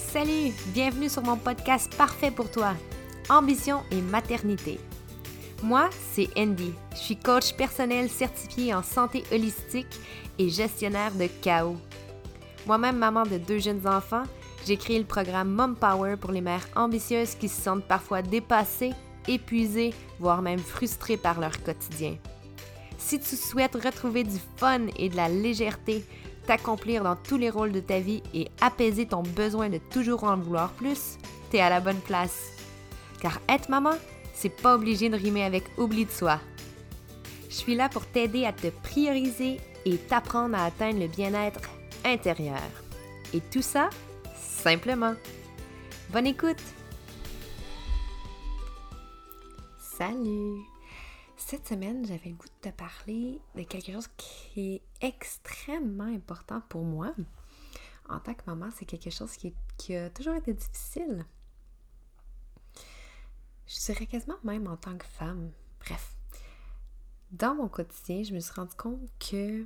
Salut, bienvenue sur mon podcast parfait pour toi, Ambition et maternité. Moi, c'est Andy, je suis coach personnel certifié en santé holistique et gestionnaire de chaos. Moi-même maman de 2 jeunes enfants, j'ai créé le programme Mom Power pour les mères ambitieuses qui se sentent parfois dépassées, épuisées, voire même frustrées par leur quotidien. Si tu souhaites retrouver du fun et de la légèreté, t'accomplir dans tous les rôles de ta vie et apaiser ton besoin de toujours en vouloir plus, t'es à la bonne place. Car être maman, c'est pas obligé de rimer avec oubli de soi. Je suis là pour t'aider à te prioriser et t'apprendre à atteindre le bien-être intérieur. Et tout ça, simplement. Bonne écoute! Salut! Cette semaine, j'avais le goût de te parler de quelque chose qui est extrêmement important pour moi. En tant que maman, c'est quelque chose qui a toujours été difficile. Je dirais quasiment même en tant que femme. Bref, dans mon quotidien, je me suis rendu compte que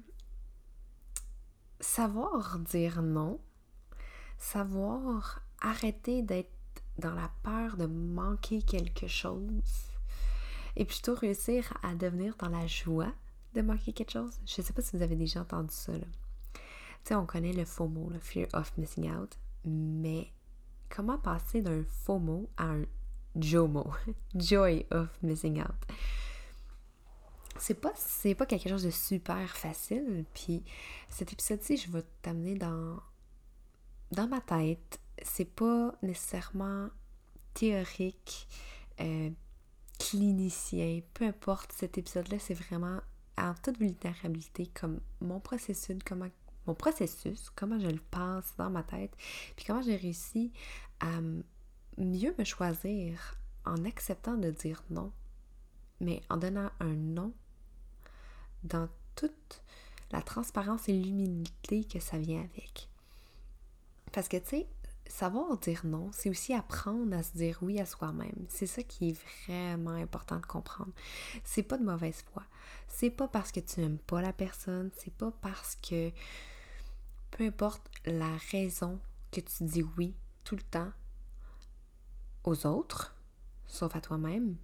savoir dire non, savoir arrêter d'être dans la peur de manquer quelque chose, et plutôt réussir à devenir dans la joie de manquer quelque chose. Je ne sais pas si vous avez déjà entendu ça, là. Tu sais, on connaît le FOMO, le Fear of Missing Out, mais comment passer d'un FOMO à un JOMO, Joy of Missing Out? C'est pas quelque chose de super facile, puis cet épisode-ci, je vais t'amener dans ma tête. C'est pas nécessairement théorique, clinicien, peu importe, cet épisode-là, c'est vraiment en toute vulnérabilité comme mon processus, comment je le passe dans ma tête, puis comment j'ai réussi à mieux me choisir en acceptant de dire non, mais en donnant un non dans toute la transparence et l'humilité que ça vient avec. Parce que, tu sais, savoir dire non, c'est aussi apprendre à se dire oui à soi-même. C'est ça qui est vraiment important de comprendre. C'est pas de mauvaise foi. C'est pas parce que tu n'aimes pas la personne, c'est pas parce que peu importe la raison que tu dis oui tout le temps aux autres, sauf à toi-même.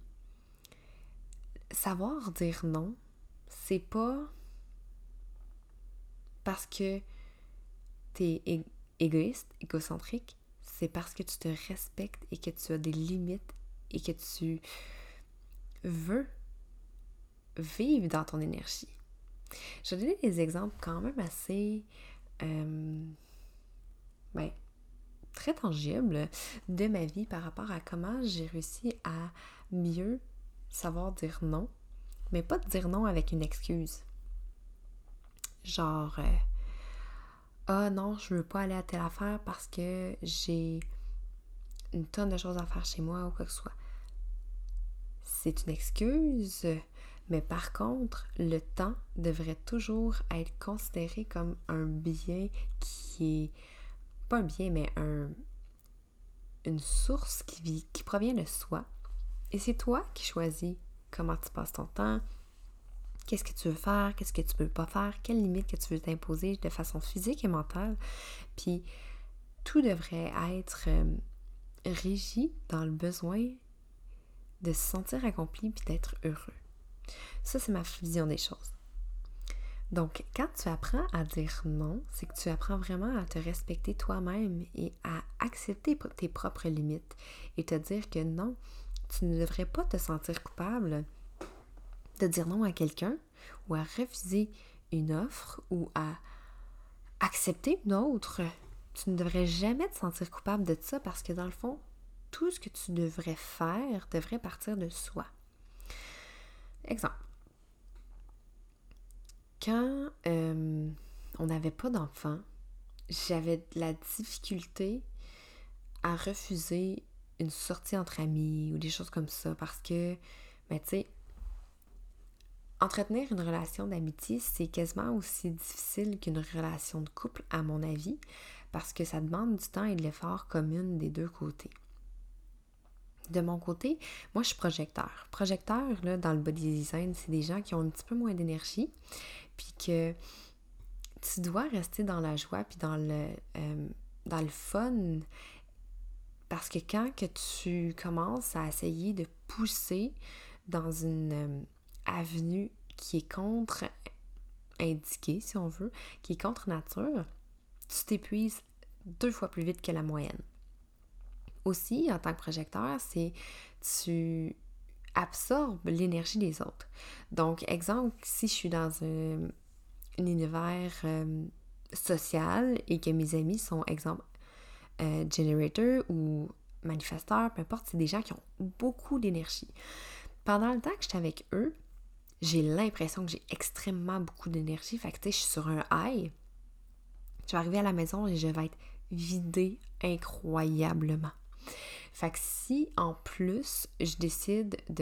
Savoir dire non, c'est pas parce que t'es égoïste, égocentrique, c'est parce que tu te respectes et que tu as des limites et que tu veux vivre dans ton énergie. Je vais donner des exemples quand même assez très tangibles de ma vie par rapport à comment j'ai réussi à mieux savoir dire non, mais pas de dire non avec une excuse. Genre ah non, je veux pas aller à telle affaire parce que j'ai une tonne de choses à faire chez moi ou quoi que ce soit. C'est une excuse, mais par contre, le temps devrait toujours être considéré comme un bien qui est, pas un bien, mais une source qui provient de soi. Et c'est toi qui choisis comment tu passes ton temps, qu'est-ce que tu veux faire, qu'est-ce que tu veux pas faire, quelles limites que tu veux t'imposer de façon physique et mentale. Puis tout devrait être régi dans le besoin de se sentir accompli puis d'être heureux. Ça, c'est ma vision des choses. Donc, quand tu apprends à dire non, c'est que tu apprends vraiment à te respecter toi-même et à accepter tes propres limites et te dire que non, tu ne devrais pas te sentir coupable de dire non à quelqu'un ou à refuser une offre ou à accepter une autre. Tu ne devrais jamais te sentir coupable de ça parce que dans le fond, tout ce que tu devrais faire devrait partir de soi. Exemple. Quand on n'avait pas d'enfant, j'avais de la difficulté à refuser une sortie entre amis ou des choses comme ça parce que, tu sais, entretenir une relation d'amitié, c'est quasiment aussi difficile qu'une relation de couple, à mon avis, parce que ça demande du temps et de l'effort commun des deux côtés. De mon côté, moi, je suis projecteur. Projecteur, là, dans le body design, c'est des gens qui ont un petit peu moins d'énergie, puis que tu dois rester dans la joie, puis dans le fun Parce que quand que tu commences à essayer de pousser dans une avenue qui est contre-indiquée, si on veut, qui est contre nature, tu t'épuises 2 fois plus vite que la moyenne. Aussi, en tant que projecteur, c'est tu absorbes l'énergie des autres. Donc, exemple, si je suis dans un univers social et que mes amis sont, exemple, generator ou manifesteurs, peu importe, c'est des gens qui ont beaucoup d'énergie. Pendant le temps que j'étais avec eux, j'ai l'impression que j'ai extrêmement beaucoup d'énergie. Fait que tu sais, je suis sur un high. Je vais arriver à la maison et je vais être vidée incroyablement. Fait que si, en plus, je décide de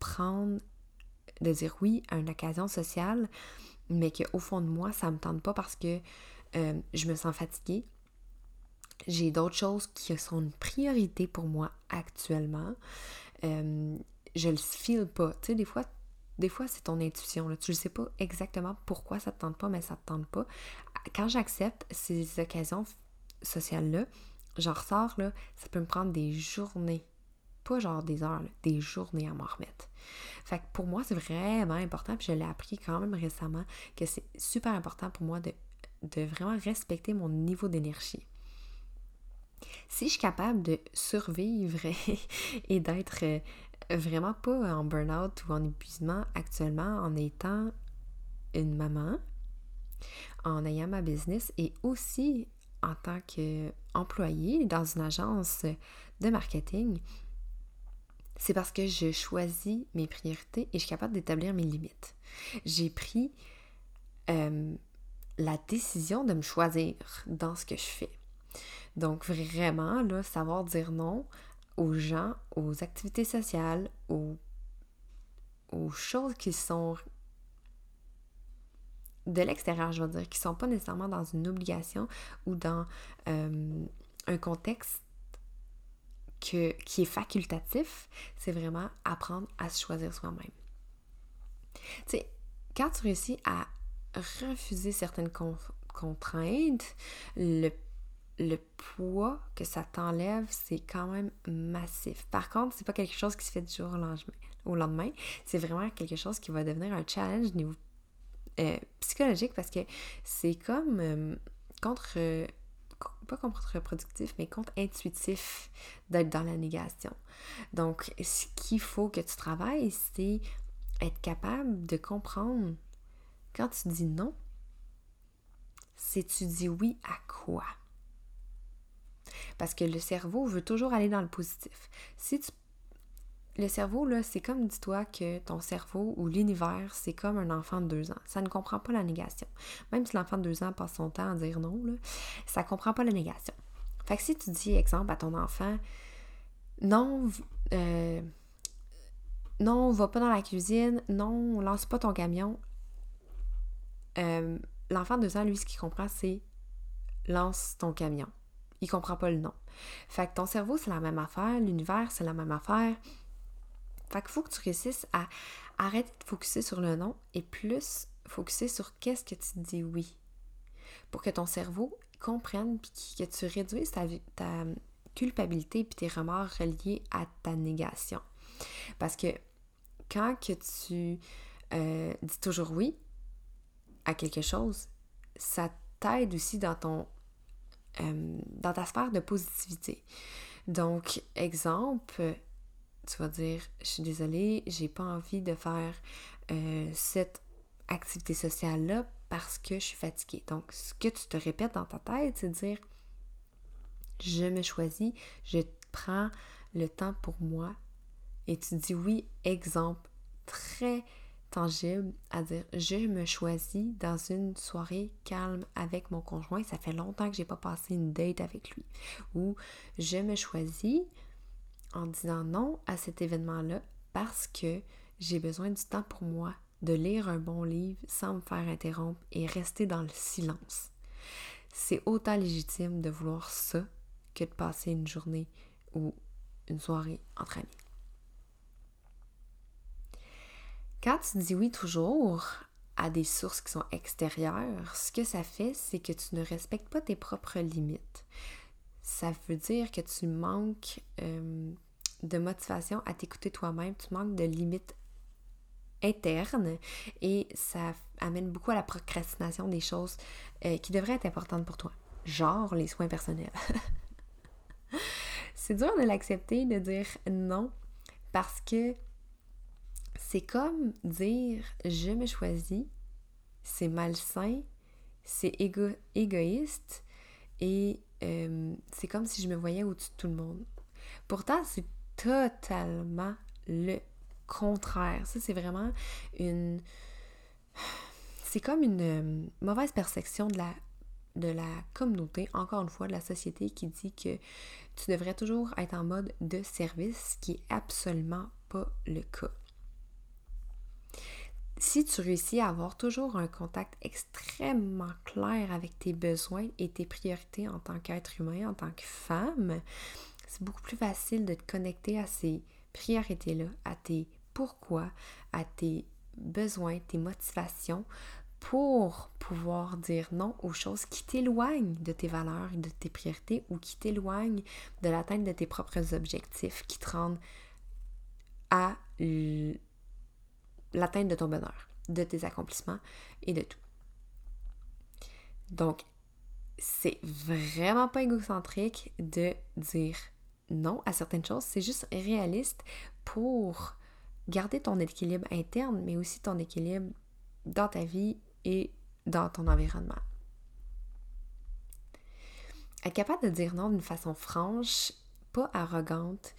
dire oui à une occasion sociale, mais qu'au fond de moi, ça me tente pas parce que je me sens fatiguée, j'ai d'autres choses qui sont une priorité pour moi actuellement. Je le feel pas. Tu sais, des fois c'est ton intuition. Là. Tu ne sais pas exactement pourquoi ça te tente pas, mais ça te tente pas. Quand j'accepte ces occasions sociales-là, j'en ressors, là, ça peut me prendre des journées. Pas genre des heures, là, des journées à m'en remettre. Fait que pour moi, c'est vraiment important, puis je l'ai appris quand même récemment, que c'est super important pour moi de vraiment respecter mon niveau d'énergie. Si je suis capable de survivre et d'être vraiment pas en burn-out ou en épuisement actuellement en étant une maman, en ayant ma business et aussi en tant qu'employée dans une agence de marketing, c'est parce que je choisis mes priorités et je suis capable d'établir mes limites. J'ai pris la décision de me choisir dans ce que je fais. Donc vraiment, là, savoir dire non aux gens, aux activités sociales, aux choses qui sont de l'extérieur, je veux dire, qui ne sont pas nécessairement dans une obligation ou dans un contexte qui est facultatif, c'est vraiment apprendre à se choisir soi-même. Tu sais, quand tu réussis à refuser certaines contraintes, le poids que ça t'enlève, c'est quand même massif. Par contre, c'est pas quelque chose qui se fait du jour au lendemain. C'est vraiment quelque chose qui va devenir un challenge niveau psychologique parce que c'est comme pas contre-productif, mais contre-intuitif d'être dans la négation. Donc, ce qu'il faut que tu travailles, c'est être capable de comprendre quand tu dis non, c'est tu dis oui à quoi? Parce que le cerveau veut toujours aller dans le positif. Le cerveau, là, c'est comme, dis-toi que ton cerveau ou l'univers, c'est comme un enfant de 2 ans. Ça ne comprend pas la négation. Même si l'enfant de 2 ans passe son temps à dire non, là, ça ne comprend pas la négation. Fait que si tu dis, exemple, à ton enfant, non, non, va pas dans la cuisine, non, lance pas ton camion, l'enfant de 2 ans, lui, ce qu'il comprend, c'est lance ton camion. Il comprend pas le non. Fait que ton cerveau, c'est la même affaire, l'univers, c'est la même affaire. Fait qu'il faut que tu réussisses à arrêter de focusser sur le non et plus focusser sur qu'est-ce que tu dis oui. Pour que ton cerveau comprenne puis que tu réduises ta culpabilité puis tes remords reliés à ta négation. Parce que quand que tu dis toujours oui à quelque chose, ça t'aide aussi dans ta sphère de positivité. Donc, exemple, tu vas dire, je suis désolée, j'ai pas envie de faire cette activité sociale-là parce que je suis fatiguée. Donc, ce que tu te répètes dans ta tête, c'est de dire, je me choisis, je prends le temps pour moi et tu dis oui, exemple très tangible à dire je me choisis dans une soirée calme avec mon conjoint, ça fait longtemps que j'ai pas passé une date avec lui, ou je me choisis en disant non à cet événement-là parce que j'ai besoin du temps pour moi, de lire un bon livre sans me faire interrompre et rester dans le silence. C'est autant légitime de vouloir ça que de passer une journée ou une soirée entre amis. Quand tu dis oui toujours à des sources qui sont extérieures, ce que ça fait, c'est que tu ne respectes pas tes propres limites. ça veut dire que tu manques de motivation à t'écouter toi-même, tu manques de limites internes et ça amène beaucoup à la procrastination des choses qui devraient être importantes pour toi, genre les soins personnels. C'est dur de l'accepter, de dire non, parce que c'est comme dire je me choisis, c'est malsain, c'est égoïste et c'est comme si je me voyais au-dessus de tout le monde. Pourtant, c'est totalement le contraire. Ça, c'est vraiment une... C'est comme une mauvaise perception de la communauté, encore une fois, de la société qui dit que tu devrais toujours être en mode de service, ce qui est absolument pas le cas. Si tu réussis à avoir toujours un contact extrêmement clair avec tes besoins et tes priorités en tant qu'être humain, en tant que femme, c'est beaucoup plus facile de te connecter à ces priorités-là, à tes pourquoi, à tes besoins, tes motivations, pour pouvoir dire non aux choses qui t'éloignent de tes valeurs et de tes priorités ou qui t'éloignent de l'atteinte de tes propres objectifs, qui te rendent à l'atteinte de ton bonheur, de tes accomplissements et de tout. Donc, c'est vraiment pas égocentrique de dire non à certaines choses, c'est juste réaliste pour garder ton équilibre interne, mais aussi ton équilibre dans ta vie et dans ton environnement. Être capable de dire non d'une façon franche, pas arrogante,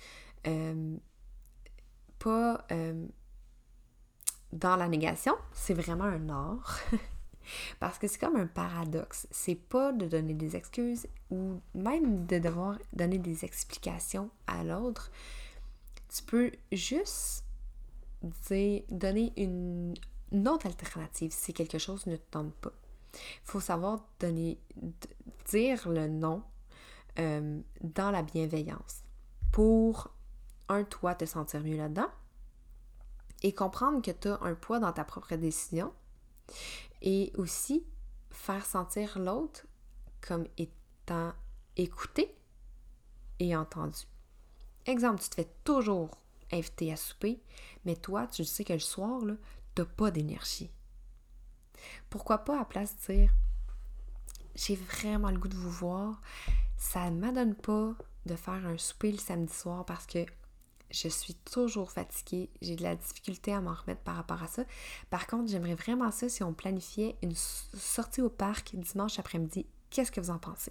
pas dans la négation, c'est vraiment un art. Parce que c'est comme un paradoxe. C'est pas de donner des excuses ou même de devoir donner des explications à l'autre. Tu peux juste donner une autre alternative si quelque chose ne te tente pas. Il faut savoir dire le non dans la bienveillance pour, toi, te sentir mieux là-dedans et comprendre que tu as un poids dans ta propre décision et aussi faire sentir l'autre comme étant écouté et entendu. Exemple, tu te fais toujours inviter à souper, mais toi, tu sais que le soir, là, tu n'as pas d'énergie. Pourquoi pas, à la place de dire « J'ai vraiment le goût de vous voir, ça ne m'adonne pas de faire un souper le samedi soir parce que je suis toujours fatiguée, j'ai de la difficulté à m'en remettre par rapport à ça. Par contre, j'aimerais vraiment ça si on planifiait une sortie au parc dimanche après-midi. Qu'est-ce que vous en pensez? »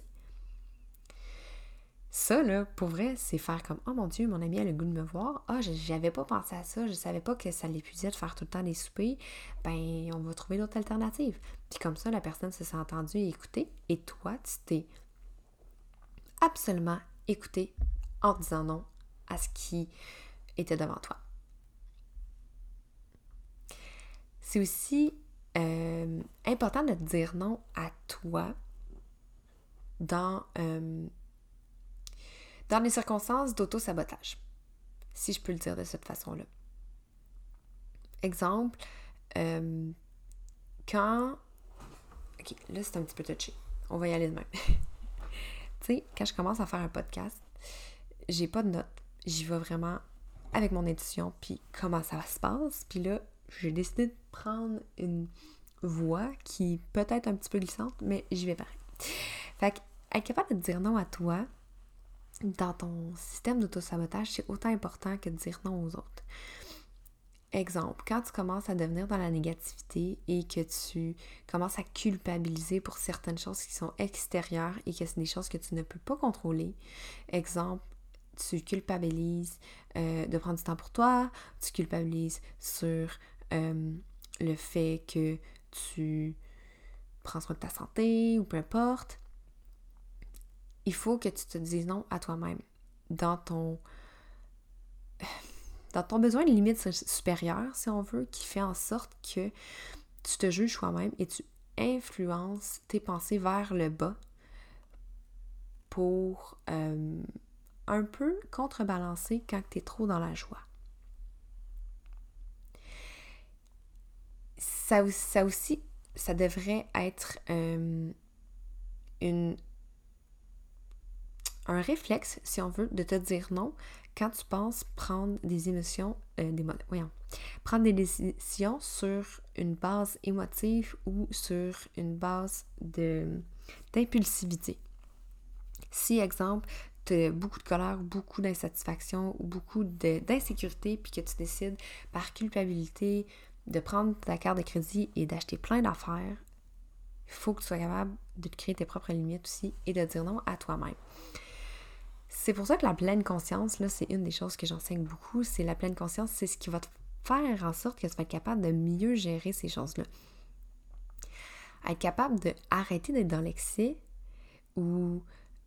Ça, là, pour vrai, c'est faire comme « Oh mon Dieu, mon ami a le goût de me voir. Ah, j'avais pas pensé à ça, je savais pas que ça l'épuisait de faire tout le temps des soupers. Ben, on va trouver d'autres alternatives. » Puis comme ça, la personne se sent entendue et écoutée. Et toi, tu t'es absolument écouté en disant non à ce qui était devant toi. C'est aussi important de te dire non à toi dans les circonstances d'auto-sabotage, si je peux le dire de cette façon-là. Exemple, quand... Ok, là c'est un petit peu touché. On va y aller de même. Tu sais, quand je commence à faire un podcast, j'ai pas de notes. J'y vais vraiment avec mon intuition, puis comment ça se passe. Puis là, j'ai décidé de prendre une voix qui est peut-être un petit peu glissante, mais j'y vais pareil. Fait qu'être capable de dire non à toi, dans ton système d'autosabotage, c'est autant important que de dire non aux autres. Exemple, quand tu commences à devenir dans la négativité et que tu commences à culpabiliser pour certaines choses qui sont extérieures et que c'est des choses que tu ne peux pas contrôler. Exemple, tu culpabilises de prendre du temps pour toi, tu culpabilises sur le fait que tu prends soin de ta santé ou peu importe. Il faut que tu te dises non à toi-même dans ton besoin de limite supérieure, si on veut, qui fait en sorte que tu te juges toi-même et tu influences tes pensées vers le bas pour un peu contrebalancer quand tu es trop dans la joie. Ça aussi, ça devrait être un un réflexe, si on veut, de te dire non quand tu penses prendre des émotions, prendre des décisions sur une base émotive ou sur une base d'impulsivité. Si, exemple, tu as beaucoup de colère, beaucoup d'insatisfaction ou beaucoup d'insécurité, puis que tu décides par culpabilité de prendre ta carte de crédit et d'acheter plein d'affaires, il faut que tu sois capable de te créer tes propres limites aussi et de dire non à toi-même. C'est pour ça que la pleine conscience, là, c'est une des choses que j'enseigne beaucoup. C'est la pleine conscience, c'est ce qui va te faire en sorte que tu vas être capable de mieux gérer ces choses-là. Être capable d'arrêter d'être dans l'excès ou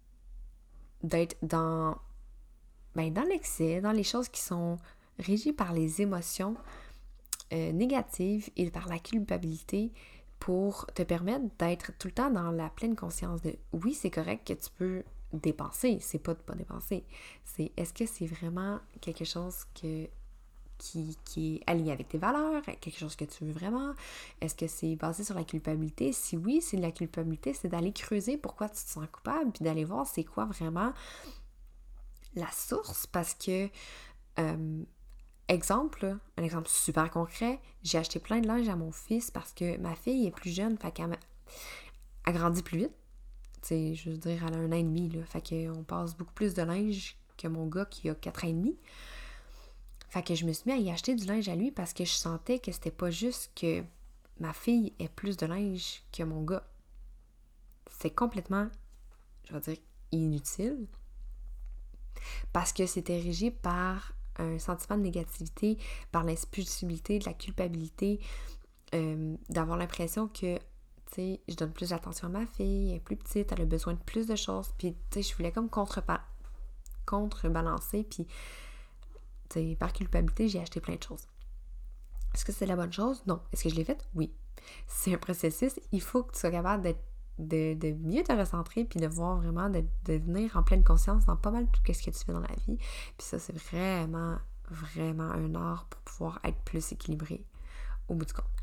d'être dans l'excès, dans les choses qui sont régies par les émotions négatives et par la culpabilité pour te permettre d'être tout le temps dans la pleine conscience de oui, c'est correct que tu peux dépenser, c'est pas de pas dépenser. C'est est-ce que c'est vraiment quelque chose qui est aligné avec tes valeurs, quelque chose que tu veux vraiment? Est-ce que c'est basé sur la culpabilité? Si oui, c'est de la culpabilité, c'est d'aller creuser pourquoi tu te sens coupable, puis d'aller voir c'est quoi vraiment la source, parce que un exemple super concret, j'ai acheté plein de linge à mon fils parce que ma fille est plus jeune, fait qu'elle grandit plus vite. T'sais, je veux dire, elle a 1 an et demi, là, fait qu'on passe beaucoup plus de linge que mon gars qui a 4 ans et demi. Fait que je me suis mis à y acheter du linge à lui parce que je sentais que c'était pas juste que ma fille ait plus de linge que mon gars. C'est complètement, je vais dire, inutile. Parce que c'était régi par un sentiment de négativité, par l'impulsivité, de la culpabilité, d'avoir l'impression que, tu sais, je donne plus d'attention à ma fille, elle est plus petite, elle a besoin de plus de choses, puis, tu sais, je voulais comme contrebalancer, puis, tu sais, par culpabilité, j'ai acheté plein de choses. Est-ce que c'est la bonne chose? Non. Est-ce que je l'ai faite? Oui. C'est un processus, il faut que tu sois capable de mieux te recentrer puis de voir vraiment, de venir en pleine conscience dans pas mal tout ce que tu fais dans la vie. Puis ça, c'est vraiment, vraiment un art pour pouvoir être plus équilibré au bout du compte.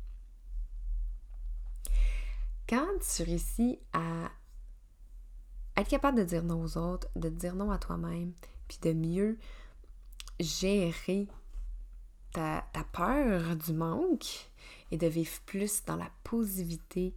Quand tu réussis à être capable de dire non aux autres, de dire non à toi-même, puis de mieux gérer ta peur du manque et de vivre plus dans la positivité,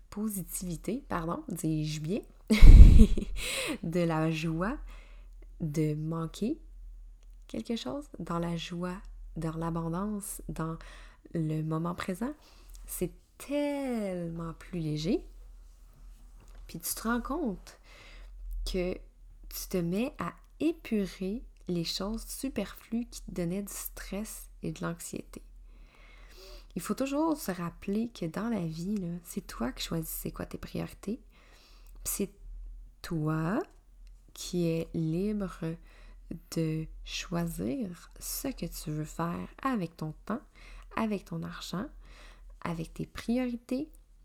dis-je bien, de la joie de manquer quelque chose, dans la joie, dans l'abondance, dans le moment présent, c'est tellement plus léger. Puis tu te rends compte que tu te mets à épurer les choses superflues qui te donnaient du stress et de l'anxiété. Il faut toujours se rappeler que dans la vie, là, c'est toi qui choisis c'est quoi tes priorités. C'est toi qui es libre de choisir ce que tu veux faire avec ton temps, avec ton argent, avec tes priorités.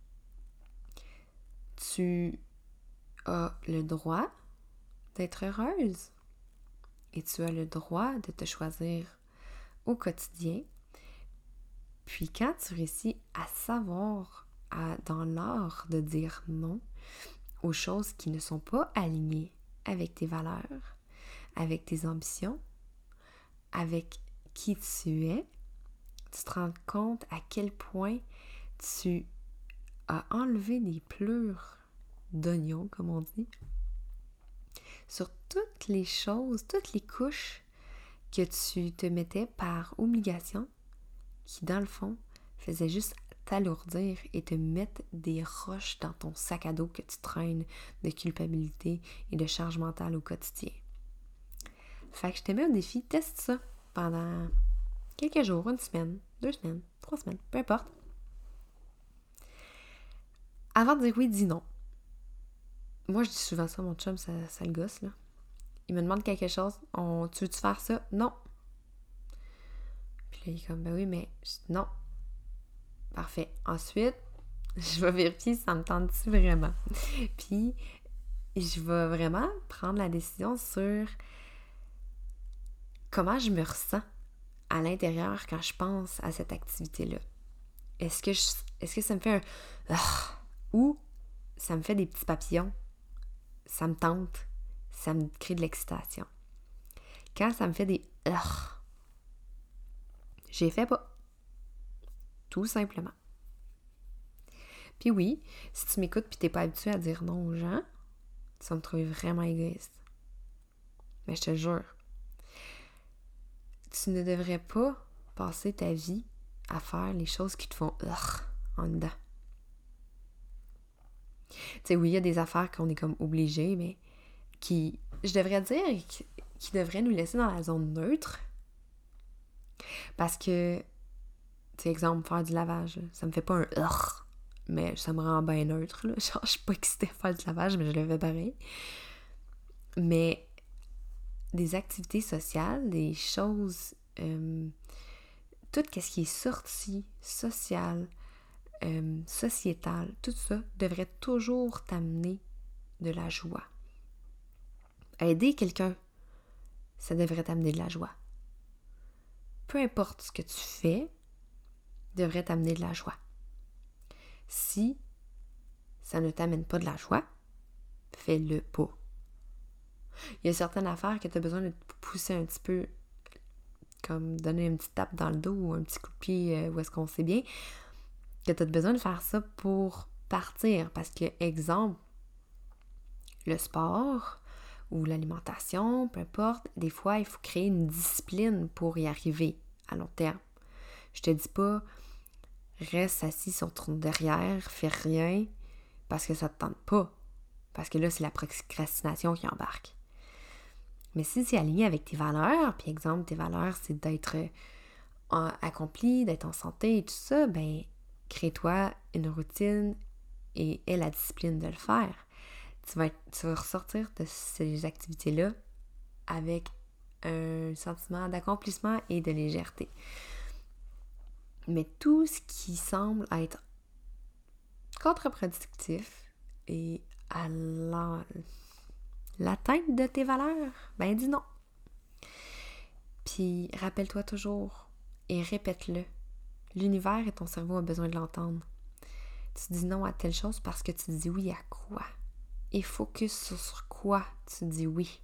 Tu as le droit d'être heureuse et tu as le droit de te choisir au quotidien. Puis quand tu réussis à savoir, dans l'art de dire non aux choses qui ne sont pas alignées avec tes valeurs, avec tes ambitions, avec qui tu es, tu te rends compte à quel point tu as enlevé des pleurs d'oignons, comme on dit, sur toutes les choses, toutes les couches que tu te mettais par obligation, qui dans le fond faisaient juste t'alourdir et te mettre des roches dans ton sac à dos que tu traînes de culpabilité et de charge mentale au quotidien. Fait que je te mets au défi, teste ça pendant quelques jours, 1 semaine, 2 semaines, 3 semaines, peu importe. Avant de dire oui, dis non. Moi, je dis souvent ça, mon chum, ça le gosse, là. Il me demande quelque chose, tu veux-tu faire ça? Non. Puis là, il est comme, ben oui, mais non. Parfait. Ensuite, je vais vérifier si ça me tente-tu vraiment. Puis, je vais vraiment prendre la décision sur comment je me ressens à l'intérieur quand je pense à cette activité-là. Est-ce que ça me fait un ou ça me fait des petits papillons? Ça me tente. ça me crée de l'excitation. Quand ça me fait des j'ai fait pas. Tout simplement. Puis oui, si tu m'écoutes et t'es pas habitué à dire non aux gens, tu vas me trouver vraiment égoïste. Mais je te jure, tu ne devrais pas passer ta vie à faire les choses qui te font en dedans. Tu sais, oui, il y a des affaires qu'on est comme obligé, mais je devrais dire, qui devraient nous laisser dans la zone neutre. Parce que, tu sais, exemple, faire du lavage, ça me fait pas un mais ça me rend bien neutre, là. Genre, je suis pas excitée à faire du lavage, mais je le fais pareil. Mais des activités sociales, des choses, tout ce qui est sorti, social, sociétal, tout ça devrait toujours t'amener de la joie. Aider quelqu'un, ça devrait t'amener de la joie. Peu importe ce que tu fais, devrait t'amener de la joie. Si ça ne t'amène pas de la joie, fais-le pas. Il y a certaines affaires que tu as besoin de te pousser un petit peu, comme donner une petite tape dans le dos ou un petit coup de pied où est-ce qu'on sait bien, que tu as besoin de faire ça pour partir. Parce que, exemple, le sport ou l'alimentation, peu importe, des fois, il faut créer une discipline pour y arriver à long terme. Je te dis pas, reste assis sur ton derrière, fais rien, parce que ça te tente pas. Parce que là, c'est la procrastination qui embarque. Mais si c'est aligné avec tes valeurs, puis exemple, tes valeurs, c'est d'être accompli, d'être en santé et tout ça, ben crée-toi une routine et aie la discipline de le faire. Tu vas ressortir de ces activités-là avec un sentiment d'accomplissement et de légèreté. Mais tout ce qui semble être contre-productif et à l'atteinte de tes valeurs, ben dis non. Puis rappelle-toi toujours et répète-le. L'univers et ton cerveau ont besoin de l'entendre. Tu dis non à telle chose parce que tu dis oui à quoi? Et focus sur quoi tu dis oui.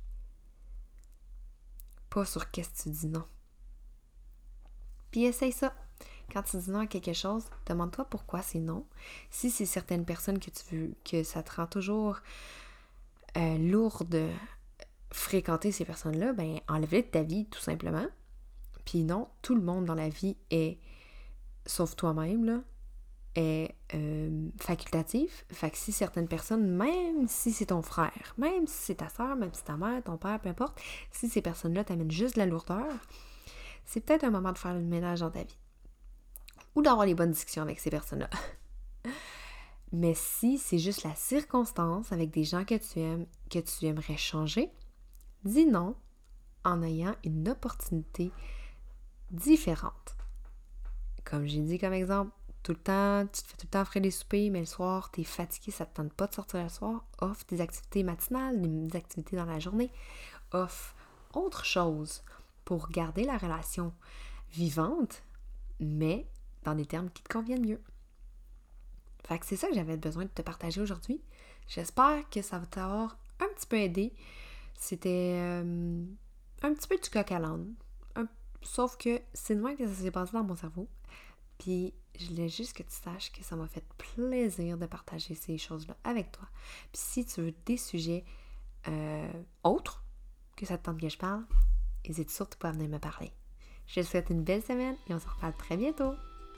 Pas sur qu'est-ce que tu dis non. Puis essaye ça. Quand tu dis non à quelque chose, demande-toi pourquoi c'est non. Si c'est certaines personnes que tu veux, que ça te rend toujours lourd de fréquenter ces personnes-là, ben enlève-les de ta vie tout simplement. Puis non, tout le monde dans la vie est, sauf toi-même, là, est facultatif. Fait que si certaines personnes, même si c'est ton frère, même si c'est ta soeur, même si c'est ta mère, ton père, peu importe, si ces personnes-là t'amènent juste de la lourdeur, c'est peut-être un moment de faire le ménage dans ta vie. Ou d'avoir les bonnes discussions avec ces personnes-là. Mais si c'est juste la circonstance avec des gens que tu aimes, que tu aimerais changer, dis non en ayant une opportunité différente. Comme j'ai dit comme exemple, tout le temps, tu te fais tout le temps offrir des soupers, mais le soir, t'es fatigué, ça te tente pas de sortir le soir, offre des activités matinales, des activités dans la journée, offre autre chose pour garder la relation vivante, mais dans des termes qui te conviennent mieux. Fait que c'est ça que j'avais besoin de te partager aujourd'hui. J'espère que ça va t'avoir un petit peu aidé. C'était un petit peu du coq à l'âne. Sauf que c'est de même que ça s'est passé dans mon cerveau. Puis je voulais juste que tu saches que ça m'a fait plaisir de partager ces choses-là avec toi. Puis si tu veux des sujets autres que ça te tente que je parle, n'hésite surtout pas à venir me parler. Je te souhaite une belle semaine et on se reparle très bientôt.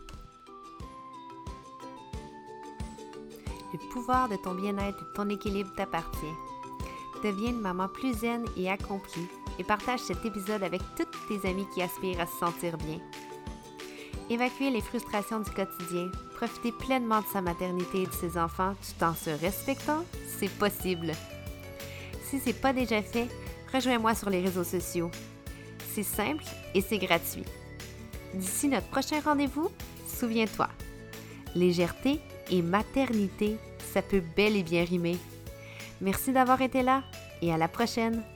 Le pouvoir de ton bien-être et de ton équilibre t'appartient. Deviens une maman plus zen et accomplie et partage cet épisode avec toutes tes amies qui aspirent à se sentir bien. Évacuer les frustrations du quotidien, profiter pleinement de sa maternité et de ses enfants tout en se respectant, c'est possible. Si ce n'est pas déjà fait, rejoins-moi sur les réseaux sociaux. C'est simple et c'est gratuit. D'ici notre prochain rendez-vous, souviens-toi, légèreté et maternité, ça peut bel et bien rimer. Merci d'avoir été là et à la prochaine!